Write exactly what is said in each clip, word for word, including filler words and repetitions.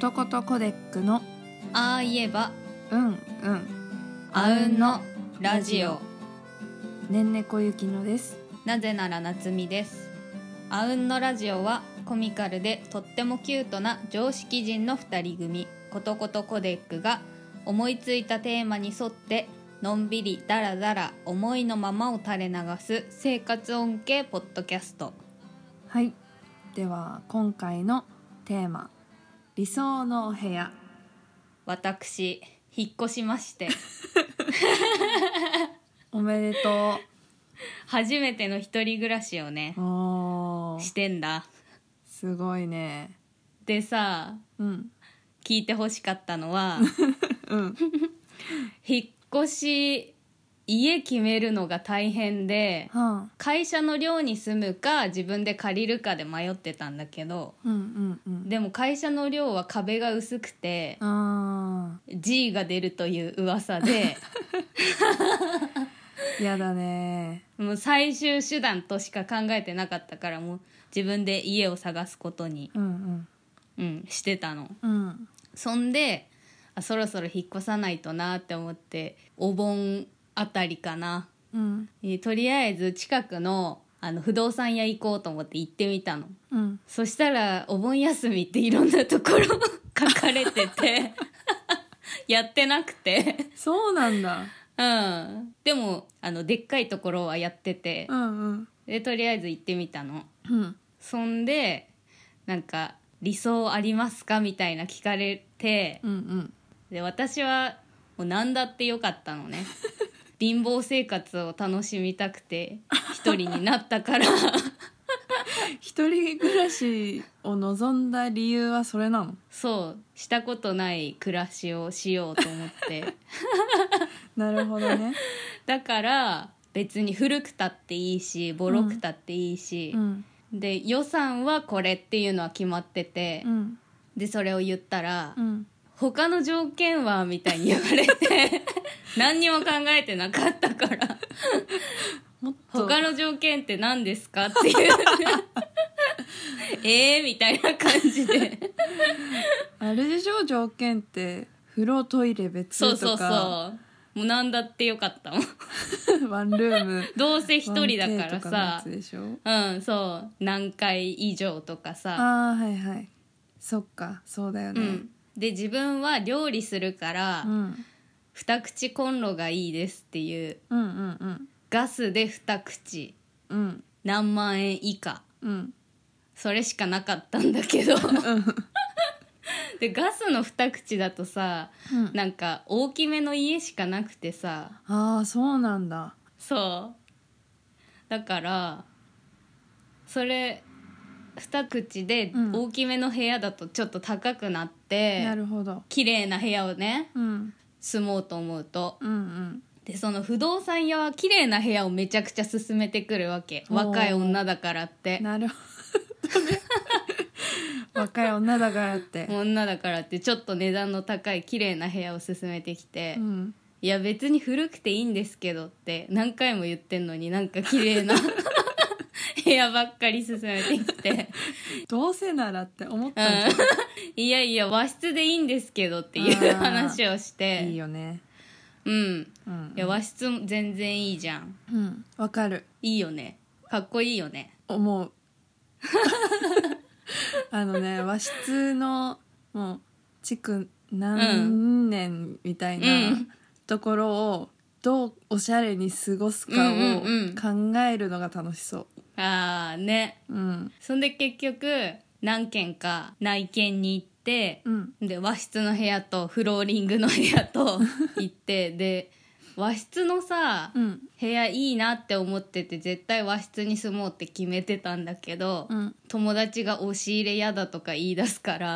ことことコデックのああ言えばうんうんあうんのラジオ。 ねんねこゆきのです。 なぜなら夏美です。あうんのラジオはコミカルでとってもキュートな常識人のふたり組ことことコデックが思いついたテーマに沿ってのんびりだらだら思いのままを垂れ流す生活音系ポッドキャスト。 はい、では今回のテーマ、理想のお部屋。 私引っ越しましておめでと初めての一人暮らしをねう。おー、 してんだ。 すごいね。 でさ、 うん聞いてほしかったのはうん引っ越し家決めるのが大変で、 はあ、 会社の寮に住むか自分で借りるかで迷ってたんだけど、 うんうんうんでも会社の寮は壁が薄くてあ G が出るという噂でーやだね。 もう最終手段としか考えてなかったから、もう自分で家を探すことに、 うんうん、してたの。 うんうんそんであそろそろ引っ越さないとなって思って、お盆あたりかな、 うんえとりあえず近くのあの不動産屋行こうと思って行ってみたの。 うんそしたらお盆休みっていろんなところ書かれててやってなくてそうなんだ。 うんでもあのでっかいところはやってて、 うんうんでとりあえず行ってみたの。 うんそんでなんか理想ありますかみたいな聞かれて、 うんうんで私はもう何だってよかったのね貧乏生活を楽しみたくて一人になったから一人暮らしを望んだ理由はそれなの？ そうしたことない暮らしをしようと思ってなるほどね。 だから別に古くたっていいしボロくたっていいし、 うんで予算はこれっていうのは決まってて、 うんでそれを言ったら、 うん他の条件はみたいに言われて何にも考えてなかったからもっと他の条件って何ですかっていうえーみたいな感じであれでしょ、条件って風呂トイレ別とかそうそうそうもう何だってよかったもんワンルームどうせ一人だからワンケー とかのやさつでしょ。 うんそう何回以上とかさ、 ああはいはい、そっかそうだよね。 うん、で自分は料理するから、 うん二口コンロがいいですっていう、 うんうんうんガスで二口うん何万円以下、 うんそれしかなかったんだけどでガスの二口だとさ、 うんなんか大きめの家しかなくてさ、 ああそうなんだ。 そうだからそれ二口でうん大きめの部屋だとちょっと高くなって、 なるほど。 綺麗な部屋をねうん住もうと思うと、 うんうんでその不動産屋は綺麗な部屋をめちゃくちゃ勧めてくるわけ、 おー若い女だからって。 なるほどね若い女だからって女だからってちょっと値段の高い綺麗な部屋を勧めてきて、 うんいや別に古くていいんですけどって何回も言ってんのに、なんか綺麗な部屋ばっかり勧めてきてどうせならって思ったんじゃうんいやいや和室でいいんですけどっていう話をしてないいいよね。 うんうんいや和室も全然いいじゃん。 うんわかる、 いいよね、かっこいいよね。 思うあのね和室のもう築何年みたいなうんところをどうおしゃれに過ごすかをうんうんうん考えるのが楽しそあーね。 う。うんそんで結局何軒か内見に行って、 うんで和室の部屋とフローリングの部屋と行ってで和室のさ、 うん部屋いいなって思ってて絶対和室に住もうって決めてたんだけど、 うん友達が押し入れ嫌だとか言い出すから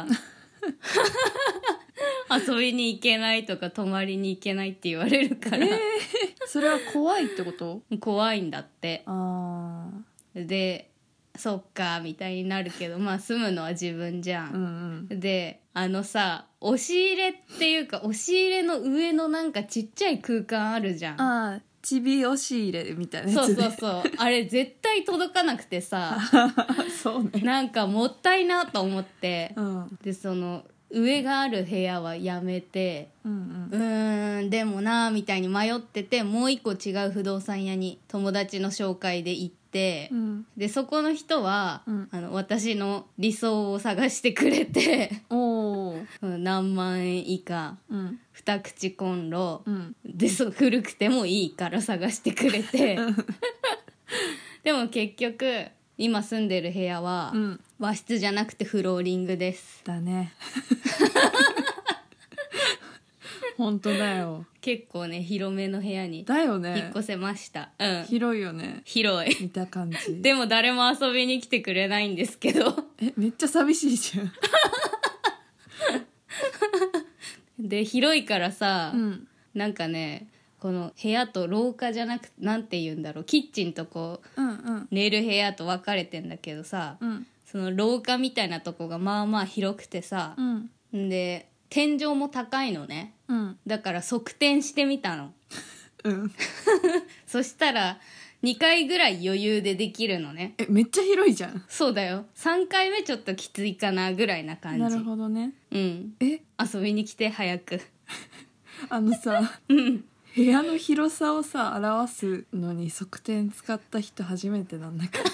遊びに行けないとか泊まりに行けないって言われるから、 えー、それは怖いってこと？ 怖いんだって。 あでそっかみたいになるけど、まあ住むのは自分じゃーうんん、であのさ押し入れっていうか押し入れの上のなんかちっちゃい空間あるじゃん。 ああちび押し入れみたいなやそうつで。 そうそうあれ絶対届かなくてさそうね。 なんかもったいなと思って、 うんでその上がある部屋はやめて、 うんうーんでもなーみたいに迷ってて、もう一個違う不動産屋に友達の紹介で行って、 うん。 でそこの人は、 うんあの私の理想を探してくれておお。 うん何万円以下、 うん二口コンロ、 うんでそう古くてもいいから探してくれてでも結局今住んでる部屋は、 うん。 和室じゃなくてフローリングです。 だね。本当だよ。 結構ね広めの部屋にだよ引っね。 越せました。うん広いよね。 広い見た感じ。 でも誰も遊びに来てくれないんですけどえ、めっちゃ寂しいじゃん。 で広いからさ、 うんなんかねこの部屋と廊下じゃなくなんて言うんだろう、キッチンとこううんうん寝る部屋と分かれてんだけどさ、 うんその廊下みたいなとこがまあまあ広くてさう、んんで天井も高いのね。 うんだから側転してみたの。 うんそしたらにかいぐらい余裕でできるのね。 え、めっちゃ広いじゃん。 そうだよ、さんかいめちょっときついかなぐらいな感じ。 なるほどね。 うんえ、 遊びに来て早く。 あのさ、 うん部屋の広さをさ表すのに側転使った人初めてなんだけど。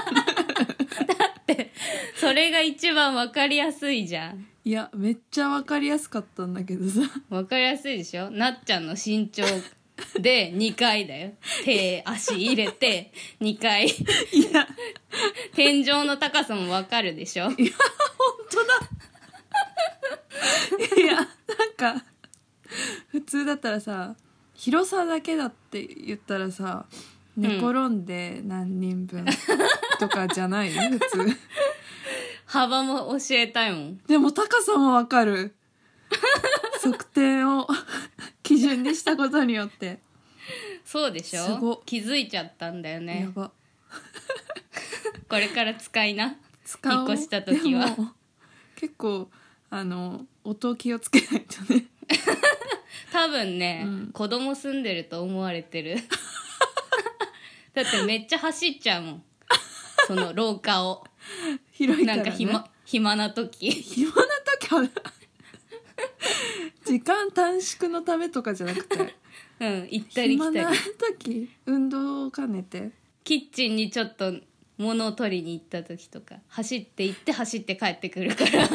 それが一番わかりやすいじゃん。 いや、めっちゃわかりやすかったんだけどさ。 わかりやすいでしょ。なっちゃんの身長でにかいだよ。手足入れてにかい。 いや、 天井の高さもわかるでしょ。 いや本当だ。いや、なんか普通だったらさ、広さだけだって言ったらさ、寝転んで何人分とかじゃないの普通。 幅も教えたいもん。 でも高さもわかる。側転を基準にしたことによってそうでしすごっょ。気づいちゃったんだよやね。 ば。 これから使いな。 使おう。 引っ越した時はでも結構あの音気をつけないとね。 多分ね、 うん子供住んでると思われてる。だってめっちゃ走っちゃうもん、その廊下を。 広いからね。 なんか暇暇な時。 暇な時は時間短縮のためとかじゃなくて、 うん行ったり来暇なたり。 時運動を兼ねて。 キッチンにちょっと物を取りに行った時とか走って行って走って帰ってくるから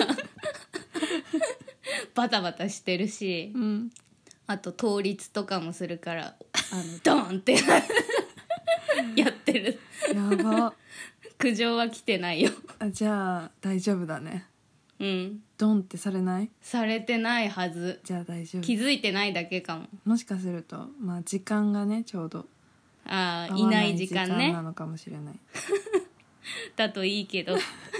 バタバタしてるし、 うんあと倒立とかもするからあのドーンってやってる。 やば。 苦情は来てないよ。 あ、じゃあ大丈夫だね。 うんドンってされない？ されてないはず。 じゃあ大丈夫。 気づいてないだけかも。 もしかするとまあ時間がねちょうどああ合わいない時間ねなのかもしれない。 だといいけど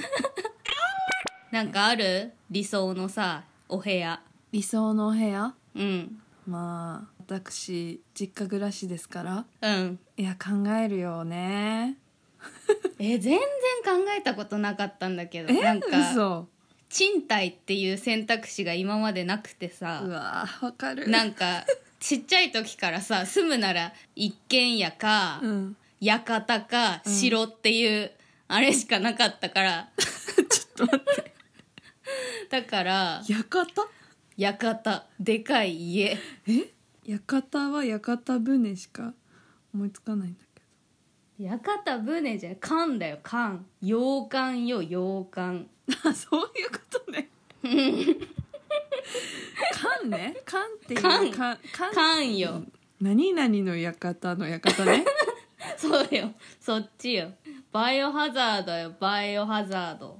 なんかある？理想のさお部屋。 理想のお部屋？ うんまあ私実家暮らしですからうんいや考えるよね。 え全然考えたことなかったんだけど、 えなんか嘘。 賃貸っていう選択肢が今までなくてさ、 うわわかる。 なんかちっちゃい時からさ住むなら一軒家か、 うん館か城っていう、あれしかなかったからちょっと待ってだから館？ 館でかい家。 え館は屋形船しか思いつかないんだけ屋形船じゃ館だよ館。洋館よ洋館。 ど。あ、そういうことね。館ね。館っていう館館館館よ。 何々の館の館ね。 そうよそっちよ。バイオハザードよバイオハザード。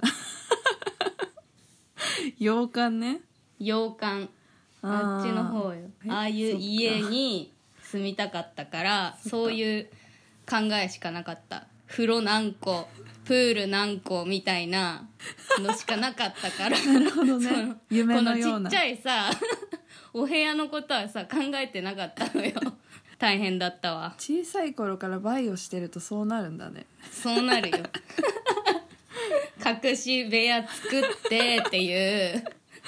洋館ね。 洋館あっちの方よ。 えああいうそっか家に住みたかったからそういう考えしかなかった。風呂何個プール何個みたいなのしかなかったからなるほどそのね。夢のようなこのちっちゃいさお部屋のことはさ考えてなかったのよ。大変だったわ。 小さい頃からバイオしてるとそうなるんだね。 そうなるよ隠し部屋作ってっていう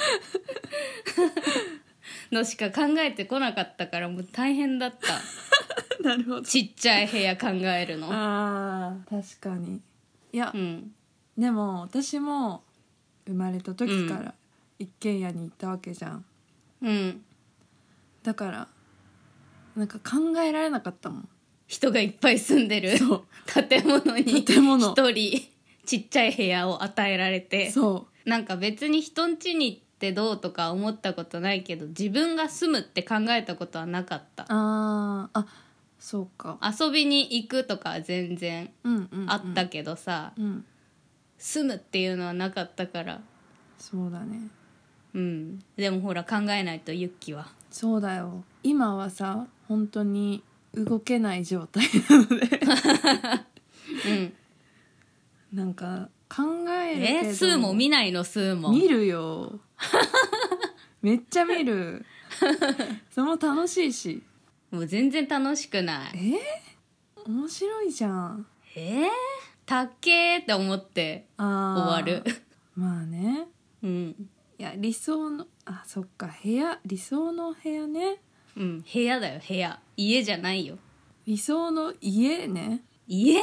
のしか考えてこなかったからもう大変だった。 なるほど。 ちっちゃい部屋考えるの。 あー確かに。いや、 うんでも私も生まれた時から一軒家に行ったわけじゃん。 うんだからなんか考えられなかったもん。 人がいっぱい住んでるそう建物に建物一人ちっちゃい部屋を与えられて、 そうなんか別に人ん家に行ってどうとか思ったことないけど、自分が住むって考えたことはなかった。 あーあそうか遊びに行くとかは全然うんうん、うん、 あったけどさ、 うん住むっていうのはなかったから。 そうだね。 うんでもほら考えないとユッキは。 そうだよ。今はさ本当に動けない状態なのでうんなんか考えるけどえスーモ見ないの？スーモ見るよめっちゃ見るそれも楽しいし。 もう全然楽しくない。 え面白いじゃん。 えー、たっけーって思ってあ終わる。 まあね。 うんいや理想のあそっか部屋理想の部屋ね。 うん部屋だよ部屋、家じゃないよ。 理想の家ね。 家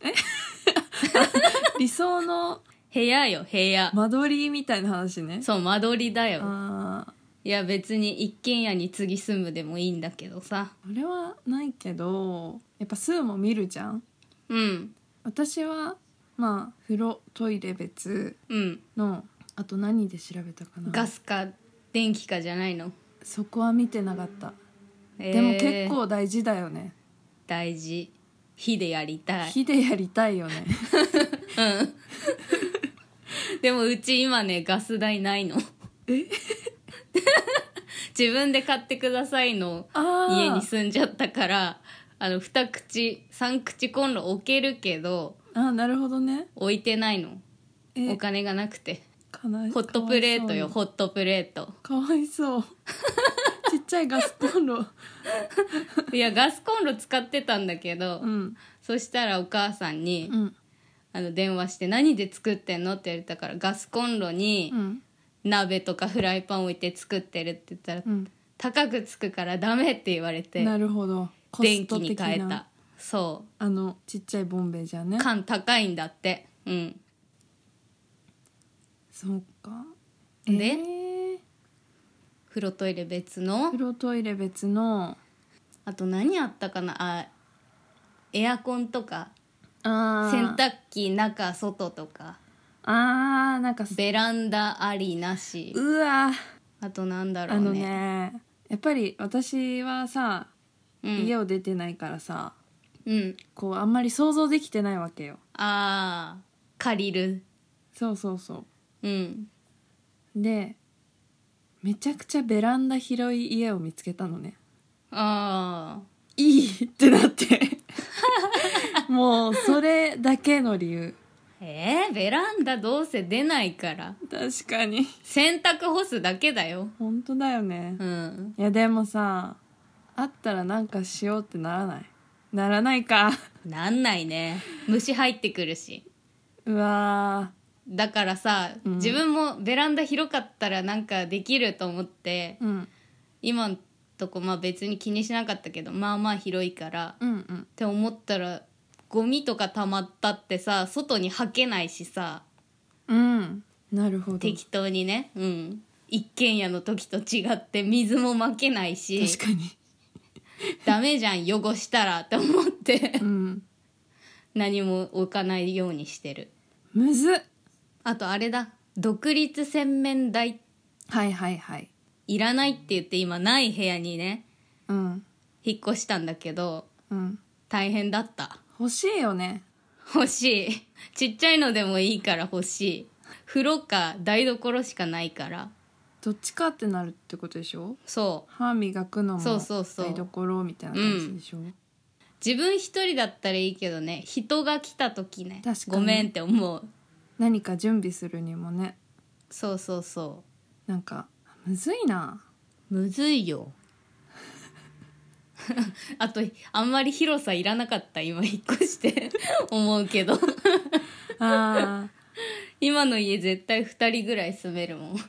理想の部屋よ部屋。 間取りみたいな話ね。 そう間取りだよ。 ああいや別に一軒家に次住むでもいいんだけどさ。 それはないけどやっぱスーも見るじゃん。 うん私はまあ風呂トイレ別うんのあと何で調べたかな。 ガスか電気かじゃないの？ そこは見てなかった、 えーでも結構大事だよね。 大事。火でやりたい。 火でやりたいよねうんでもうち今ねガス代ないの。 え自分で買ってくださいのあー家に住んじゃったから、あのに口さん口コンロ置けるけどあーなるほどね。 置いてないの。 えお金がなくて。 かなホットプレートよかホットプレート。 わいそうちっちゃいガスコンロいやガスコンロ使ってたんだけど、 うんそしたらお母さんに、 うんあの電話して何で作ってんのって言われたから、ガスコンロにうん鍋とかフライパン置いて作ってるって言ったら、 うん高くつくからダメって言われてなるほど。コ電気スト的なに変えた。そあのちっちゃいボンベじゃね。 う缶高いんだって。うんそうか。 でえー風呂トイレ別の。 風呂トイレ別のあと何あったかなあ、エアコンとかあ洗濯機中外とかあーなんかベランダありなし。 うわあとなんだろうね。 あのねやっぱり私はさ、 うん、 家を出てないからさうんこうあんまり想像できてないわけよ。 あー借りる。 そうそうそうんうでめちゃくちゃベランダ広い家を見つけたのね。 あいいってなってもうそれだけの理由。 ーえー、ベランダどうせ出ないから確かに洗濯干すだけだよ。 本当だよね、 うんいやでもさあったらなんかしようってならない？ならないかなんないね。虫入ってくるし。 うわだからさ、 うん自分もベランダ広かったらなんかできると思ってーうん今んとこまあ別に気にしなかったけど、まあまあ広いからうんうんって思ったら、ゴミとか溜まったってさ外に吐けないしさ、 うんなるほど。 適当にね、うん一軒家の時と違って水もまけないし確かにダメじゃん汚したらって思ってうん何も置かないようにしてる。 むずっ。 あとあれだ、独立洗面台はいはいはいいらないって言って今ない部屋にねうん引っ越したんだけどうん大変だった。 欲しいよね。 欲しい。ちっちゃいのでもいいから欲しい。風呂か台所しかないから。 どっちかってなるってことでしょ。 そ歯磨くのもそうそうそう台所みたいな感じでしょ、 う自分一人だったらいいけどね、人が来た時ね確かにごめんって思う。 何か準備するにもねそうそうそなんかむずいな。 うむずいよあとあんまり広さいらなかった今引っ越して思うけどあー今の家絶対ふたりぐらい住めるもん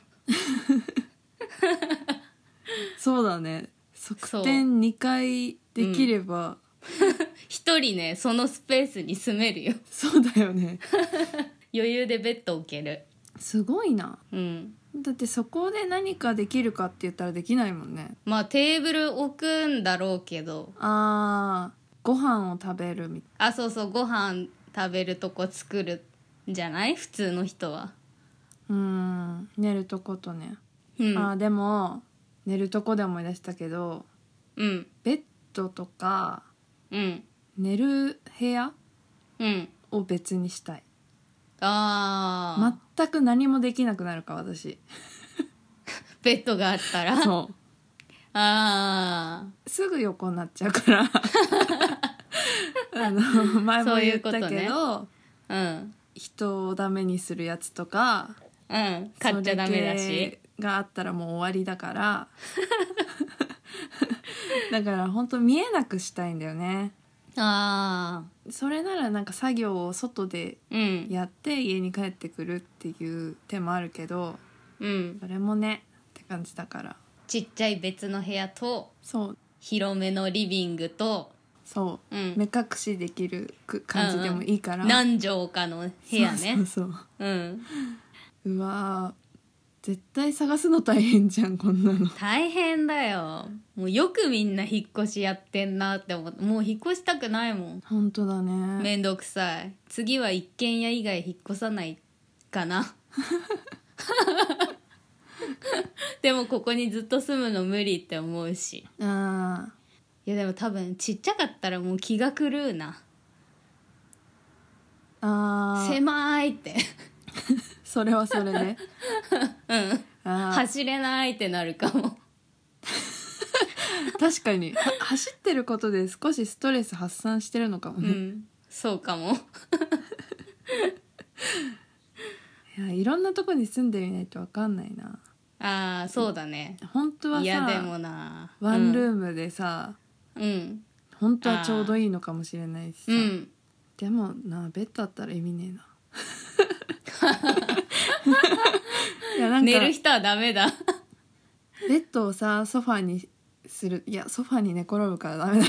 そうだね。側転にかいできれば、 一人ねそのスペースに住めるよ。 そうだよね余裕でベッド置ける。 すごいな。 うんだってそこで何かできるかって言ったらできないもんね。 まあテーブル置くんだろうけど、 あーご飯を食べるみたいあそうそうご飯食べるとこ作るんじゃない普通の人は。 うーん寝るとことね、 うんあーでも寝るとこで思い出したけど、 うんベッドとかうん寝る部屋うんを別にしたい。 あー、 全く何もできなくなるか私。 ベッドがあったらそうあすぐ横になっちゃうからあの前も言ったけどそういうことうん人をダメにするやつとかうん買っちゃダメだそしれがあったらもう終わりだからだから本当見えなくしたいんだよね。 あそれならなんか作業を外でーうんやって家に帰ってくるっていう手もあるけど、 うんそれもねって感じだから。 ちっちゃい別の部屋とそう広めのリビングと、 そう、 うん目隠しできる感じでもいいから、 何畳かの部屋ね。 そうそううんそううわー絶対探すの大変じゃんこんなの。 大変だよ。もうよくみんな引っ越しやってんなって思って、もう引っ越したくないもん。 本当だね。 めんどくさい。次は一軒家以外引っ越さないかなでもここにずっと住むの無理って思うし。 あいやでも多分ちっちゃかったらもう気が狂うな。 ーあー狭いってそれはそれでうんあー走れないってなるかも。 確かには走ってることで少しストレス発散してるのかもね、 うんそうかもいやいろんなとこに住んでみないと分かんないな。 ああそうだね。 本当はさいやでもなワンルームでさ、 うん本当はちょうどいいのかもしれないしさ、 うんでもなベッドあったら意味ねえな。いやなんか寝る人はダメだベッドをさソファーにする、いやソファーに寝転ぶからダメだ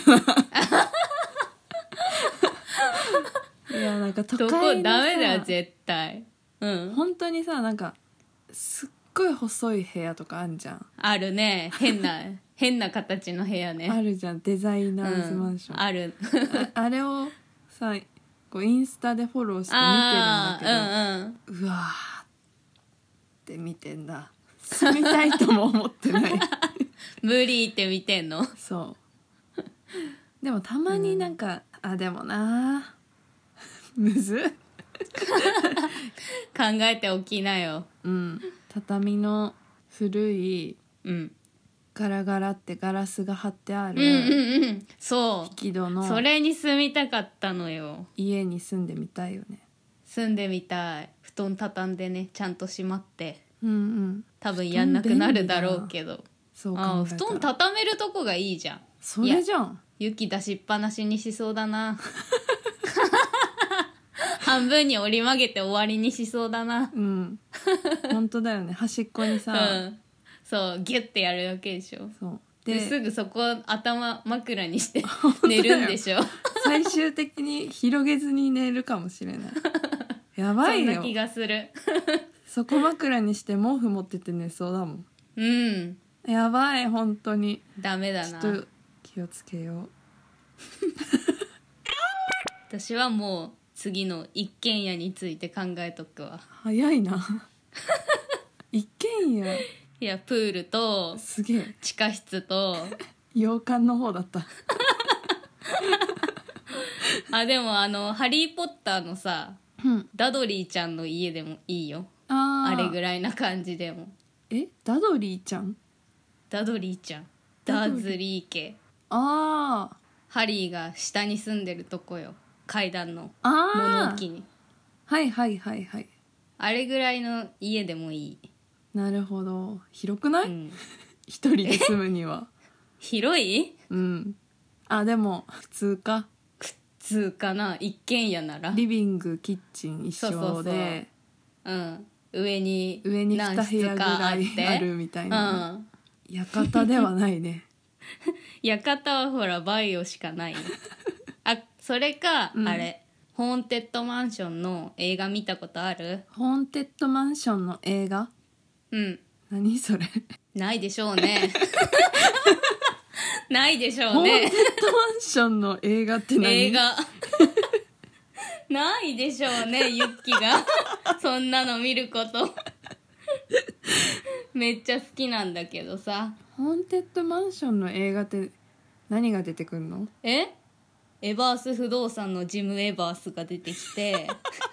ないやなんか都どこ会のさダメだよ絶対。うん本当にさなんかすっごい細い部屋とかあんじゃん、 あるね。変な変な形の部屋ね。 あるじゃんデザイナーズマンション、 うん、あるあ, あれをさこうインスタでフォローして見てるんだけど、 あーうんうんうわーって見てんだ。住みたいとも思ってない無理って見てんの。 そうでもたまになんか、うん、あでもなむずっ考えておきなよ。 うん畳の古いうんガラガラってガラスが貼ってある、 うんうんうんそ引き戸のうそれに住みたかったのよ。 家に住んでみたいよね。 住んでみたい。布団畳んでねちゃんとしまってうんうん多分やんなくなるだろうけど。 そう考ああ布えたら団畳めるとこがいいじゃん。 それじゃん。 雪出しっぱなしにしそうだな半分に折り曲げて終わりにしそうだな。 うん本当だよね端っこにさ、 うんそうギュッてやるわけでしょ。 そうですぐそこ頭枕にして当だよ寝るんでしょ最終的に広げずに寝るかもしれないやばいよそんな気がするそこ枕にして毛布持ってて寝そうだもん。 うんやばい本当にダメだな。 ちょっと気をつけよう私はもう次の一軒家について考えとくわ。 早いな一軒家いやプールとすげえ地下室と洋館の方だったあでもあのハリーポッターのさうんダドリーちゃんの家でもいいよ。 あーあれぐらいな感じでも。 えダドリーちゃんダドリーちゃんダドリーダーズリー家。 あーハリーが下に住んでるとこよ。階段のあ物ー置に。 はいはいはいはいあれぐらいの家でもいい。 なるほど広くない、 うん、 一人で住むには広いうんあでも普通かつうかな一軒家なら。 リビングキッチン一そうそうそう緒でうん上に上にに何部屋ぐ室からいってあるみたいな、 うん館ではないね館はほらバイオしかないよあそれか、 うんあれホーンテッドマンションの映画見たことある？ ホーンテッドマンションの映画？ うん。 何それ？ ないでしょうね。ないでしょホーンうねテ。ッドマンションの映画って何？ 映画。ないでしょうね、ユッキが。そんなの見ること。めっちゃ好きなんだけどさ。 ホーンテッドマンションの映画って何が出てくるの？ えエバース不動産のジム・エバースが出てきて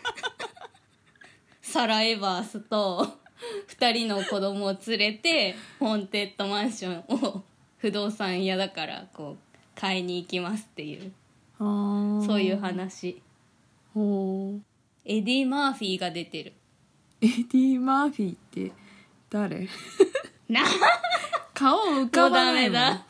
サラ・エバースとふたりの子供を連れてホーンテッドマンションを不動産屋だからこう買いに行きますっていう、 あーそういう話。 ほう。 エディ・マーフィーが出てる。 エディ・マーフィーって誰？ な顔浮もうかばないもん。 ダメだ。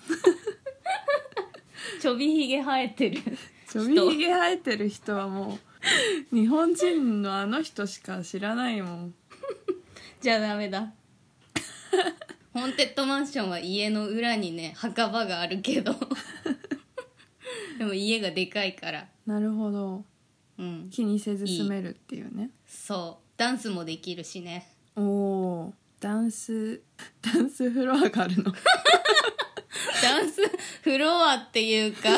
ちょびひげ生えてるちょびひげ生えてる人はもう日本人のあの人しか知らないもん。 じゃあダメだ。ホーンテッドマンションは家の裏にね墓場があるけどでも家がでかいから、 なるほど、 うん、 気にせず住めるっていうね。 そうダンスもできるしね。 おお、ダンスダンスフロアがあるの？ ダンスフロアっていうか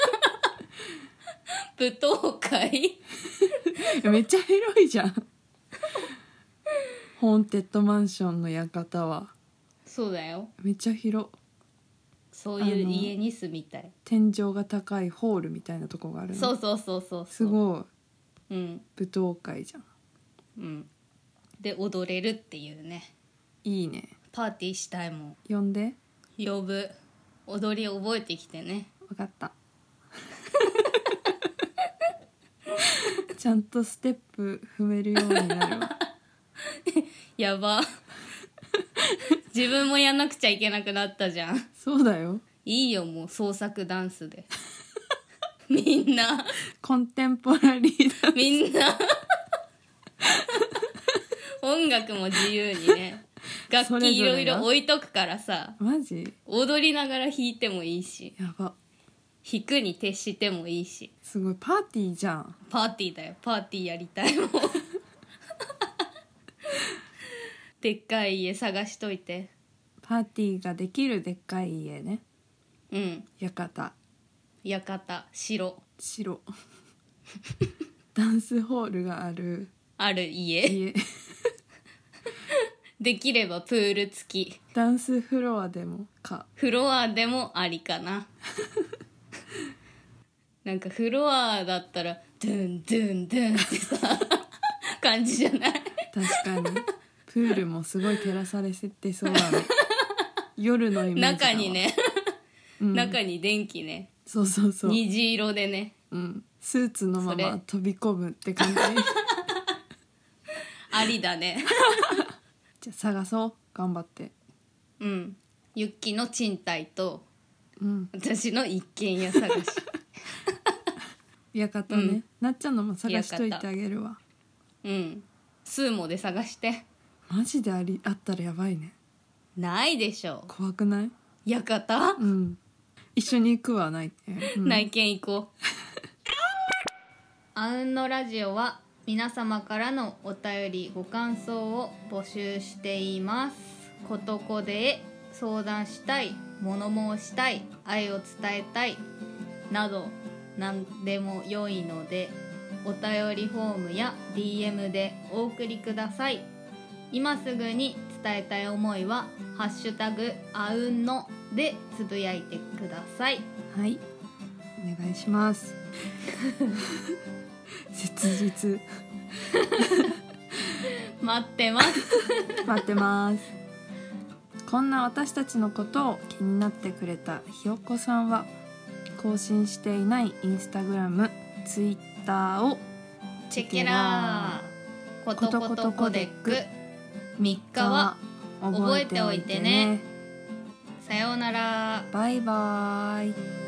舞踏会めっちゃ広いじゃん。ホーンテッドマンションの館はそうだよ、 めっちゃ広。 そういう家に住みたい。 天井が高いホールみたいなとこがあるの？ そうそうそうそうそう、 すごい、 うん、 舞踏会じゃん。 うん、で踊れるっていうね。 いいね。 パーティーしたいもん。 呼んで。 呼ぶ。踊り覚えてきてね。 分かった。ちゃんとステップ踏めるようになるわ。 やば。自分もやんなくちゃいけなくなったじゃん。 そうだよ。 いいよもう創作ダンスで。みんなコンテンポラリーダンス。 みんな音楽も自由にね。楽器いろいろ置いとくからさ。 マジ？ 踊りながら弾いてもいいし、 やば。 弾くに徹してもいいし。 すごいパーティーじゃん。 パーティーだよ。パーティーやりたいもん。でっかい家探しといて。 パーティーができるでっかい家ね。 うん。 館。 館、城。 城。ダンスホールがあるある家。 家。 できればプール付き。 ダンスフロアでもか。 フロアでもありかな。なんかフロアだったらドゥンドゥンドゥンってさ感じじゃない？ 確かに。プールもすごい照らされてそうだね。夜のイメージだわ。 中にね、 うん、 中に電気ね。 そうそうそう。 虹色でね。 うん。スーツのまま飛び込むって感じ。 ありだね。 じゃあ探そう頑張って。 うん。ユッキの賃貸と、 うん、 私の一軒家探し。 館ね、うん、なっちゃんのも探しといてあげるわ。 うん。スーモで探して。 マジでありあったらやばいね。 ないでしょ。 怖くない？ 館？ うん。一緒に行くわない、 うん、内見行こう。あうんのラジオは皆様からのお便りご感想を募集しています。ことこで相談したい、物申したい、愛を伝えたいなど何でも良いのでお便りフォームや ディーエム でお送りください。今すぐに伝えたい思いはハッシュタグあうんのでつぶやいてください。 はい、お願いします。切実。 待ってます。 待ってます。こんな私たちのことを気になってくれたひよこさんは更新していないインスタグラム、ツイッターをチェケラー。ことことコデックみっかは覚えておいてね。さようなら。 バイバイ。